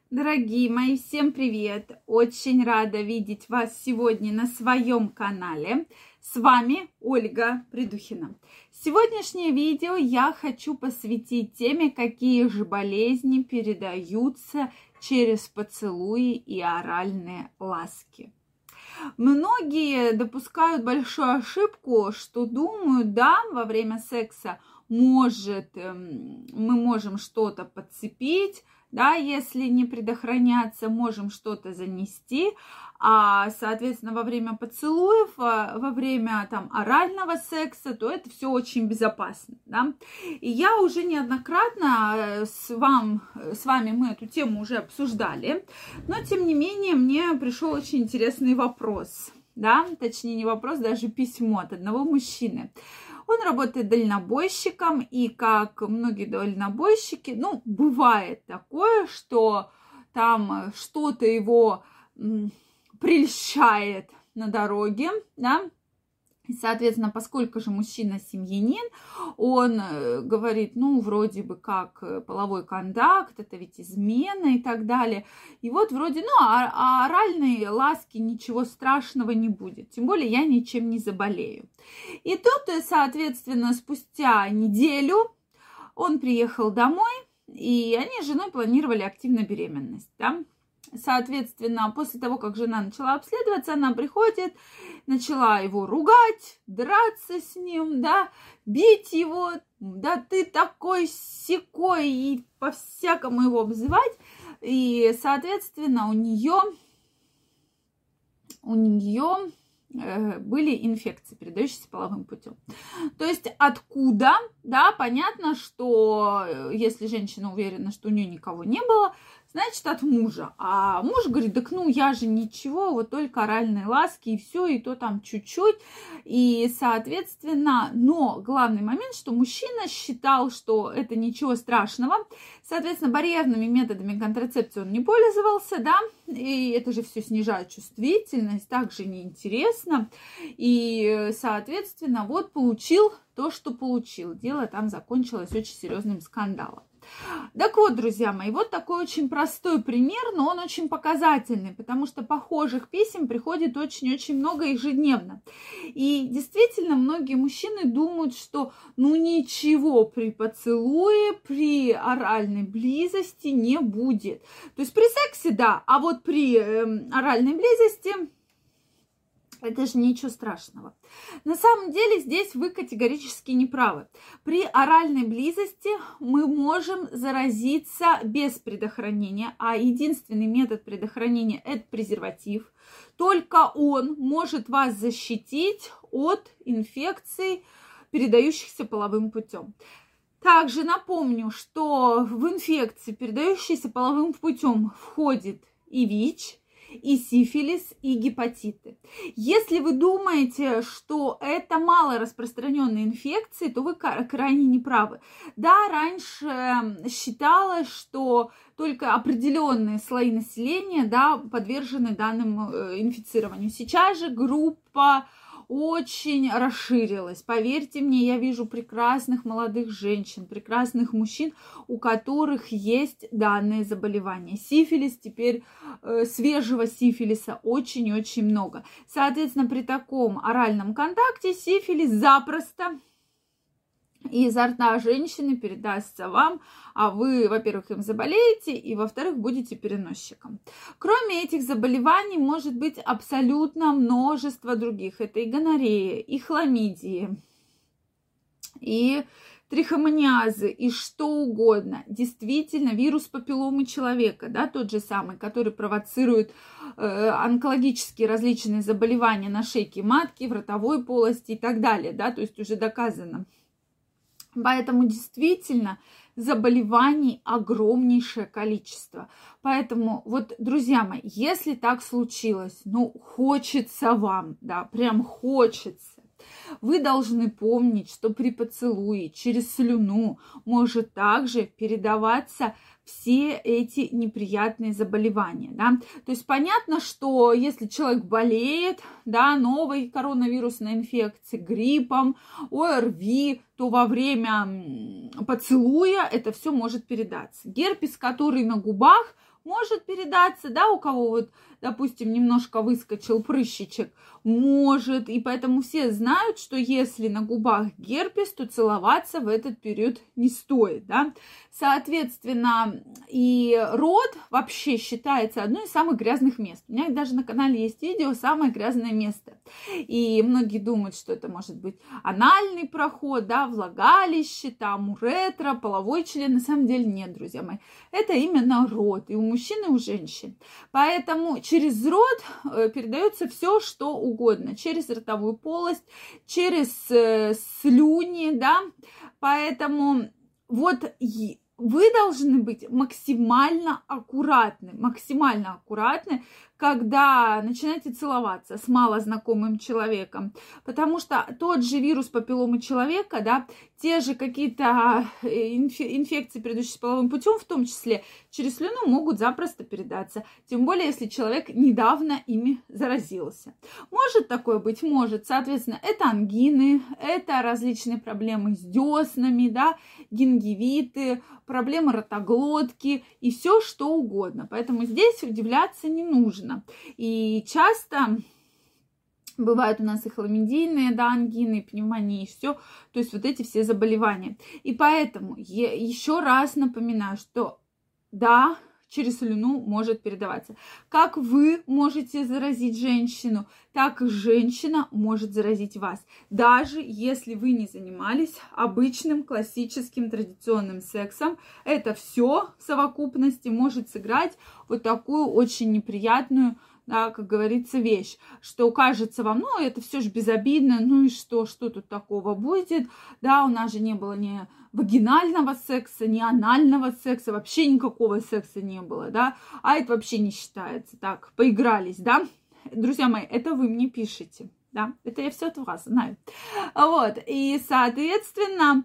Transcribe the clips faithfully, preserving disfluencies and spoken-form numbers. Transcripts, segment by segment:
Дорогие мои, всем привет! Очень рада видеть вас сегодня на своем канале. С вами Ольга Придухина. Сегодняшнее видео я хочу посвятить теме, какие же болезни передаются через поцелуи и оральные ласки. Многие допускают большую ошибку, что думают, да, во время секса может, мы можем что-то подцепить, да, если не предохраняться, можем что-то занести, а, соответственно, во время поцелуев, во время там орального секса, то это все очень безопасно, да. И я уже неоднократно с, вам, с вами мы эту тему уже обсуждали, но, тем не менее, мне пришел очень интересный вопрос, да, точнее, не вопрос, даже письмо от одного мужчины. Он работает дальнобойщиком, и как многие дальнобойщики, ну, бывает такое, что там что-то его м, прельщает на дороге, да, и, соответственно, поскольку же мужчина семьянин, он говорит, ну, вроде бы как половой контакт, это ведь измена и так далее. И вот вроде, ну, а, а оральной ласки ничего страшного не будет. Тем более я ничем не заболею. И тут, соответственно, спустя неделю он приехал домой, и они с женой планировали активно беременность, да. Соответственно, после того, как жена начала обследоваться, она приходит, начала его ругать, драться с ним, да, бить его, да ты такой сякой, и по-всякому его обзывать. И, соответственно, у нее, у нее э, были инфекции, передающиеся половым путем. То есть откуда, да, понятно, что если женщина уверена, что у нее никого не было, значит, от мужа. А муж говорит, так ну я же ничего, вот только оральные ласки и все, и то там чуть-чуть. И, соответственно, но главный момент, что мужчина считал, что это ничего страшного. Соответственно, барьерными методами контрацепции он не пользовался, да, и это же все снижает чувствительность, также неинтересно. И, соответственно, вот получил то, что получил. Дело там закончилось очень серьезным скандалом. Так вот, друзья мои, вот такой очень простой пример, но он очень показательный, потому что похожих писем приходит очень-очень много ежедневно. И действительно, многие мужчины думают, что ну ничего при поцелуе, при оральной близости не будет. То есть при сексе, да, а вот при э, оральной близости... Это же ничего страшного. На самом деле здесь вы категорически не правы. При оральной близости мы можем заразиться без предохранения, а единственный метод предохранения – это презерватив. Только он может вас защитить от инфекций, передающихся половым путем. Также напомню, что в инфекции, передающиеся половым путем, входит и ВИЧ, и сифилис, и гепатиты. Если вы думаете, что это мало распространенные инфекции, то вы крайне неправы. Да, раньше считалось, что только определенные слои населения, да, подвержены данному инфицированию. Сейчас же группа очень расширилась. Поверьте мне, я вижу прекрасных молодых женщин, прекрасных мужчин, у которых есть данные заболевания. Сифилис теперь, э, свежего сифилиса очень-очень много. Соответственно, при таком оральном контакте сифилис запросто изо рта женщины передастся вам, а вы, во-первых, им заболеете, и, во-вторых, будете переносчиком. Кроме этих заболеваний может быть абсолютно множество других. Это и гонорея, и хламидии, и трихомониазы, и что угодно. Действительно, вирус папилломы человека, да, тот же самый, который провоцирует э, онкологические различные заболевания на шейке матки, в ротовой полости и так далее, да, то есть уже доказано. Поэтому действительно заболеваний огромнейшее количество. Поэтому вот, друзья мои, если так случилось, ну, хочется вам, да, прям хочется, вы должны помнить, что при поцелуе через слюну может также передаваться все эти неприятные заболевания, да. То есть понятно, что если человек болеет, да, новой коронавирусной инфекцией, гриппом, ОРВИ, то во время поцелуя это все может передаться. Герпес, который на губах, может передаться, да, у кого вот, допустим, немножко выскочил прыщичек, может, и поэтому все знают, что если на губах герпес, то целоваться в этот период не стоит, да. Соответственно, и рот вообще считается одной из самых грязных мест. У меня даже на канале есть видео «Самое грязное место». И многие думают, что это может быть анальный проход, да, влагалище, там уретра, половой член. На самом деле нет, друзья мои. Это именно рот и у мужчин, и у женщин. Поэтому через рот передается все, что угодно. Через ротовую полость, через э, слюни, да. Поэтому вот вы должны быть максимально аккуратны, максимально аккуратны, когда начинаете целоваться с малознакомым человеком, потому что тот же вирус папилломы человека, да, те же какие-то инфекции, передающиеся половым путем, в том числе через слюну, могут запросто передаться, тем более, если человек недавно ими заразился. Может такое быть? Может. Соответственно, это ангины, это различные проблемы с деснами, да, гингивиты, проблемы ротоглотки и все что угодно. Поэтому здесь удивляться не нужно. И часто бывают у нас и хламидийные, да, ангины, и пневмонии, и все, то есть вот эти все заболевания. И поэтому я еще раз напоминаю, что да, через слюну может передаваться. Как вы можете заразить женщину, так и женщина может заразить вас. Даже если вы не занимались обычным, классическим, традиционным сексом, это все в совокупности может сыграть вот такую очень неприятную, да, как говорится, вещь, что кажется вам, ну, это все же безобидно, ну и что, что тут такого будет, да, у нас же не было ни вагинального секса, ни анального секса, вообще никакого секса не было, да, а это вообще не считается, так, поигрались, да, друзья мои, это вы мне пишете, да, это я все от вас знаю, вот, и, соответственно,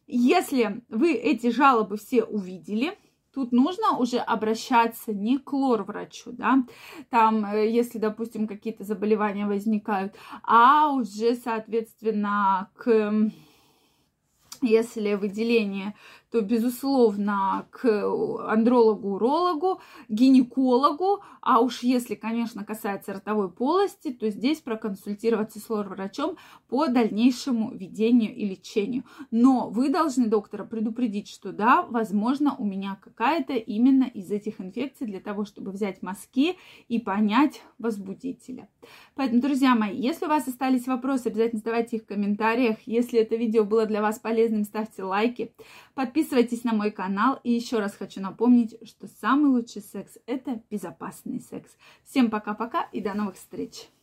если вы эти жалобы все увидели, тут нужно уже обращаться не к лор-врачу, да, там, если, допустим, какие-то заболевания возникают, а уже, соответственно, к... Если выделение, то, безусловно, к андрологу, урологу, гинекологу, а уж если, конечно, касается ротовой полости, то здесь проконсультироваться с лор-врачом по дальнейшему ведению и лечению. Но вы должны доктора предупредить, что да, возможно, у меня какая-то именно из этих инфекций для того, чтобы взять мазки и понять возбудителя. Поэтому, друзья мои, если у вас остались вопросы, обязательно задавайте их в комментариях. Если это видео было для вас полезным, ставьте лайки, подписывайтесь на мой канал. И еще раз хочу напомнить, что самый лучший секс – это безопасный секс. Всем пока-пока и до новых встреч!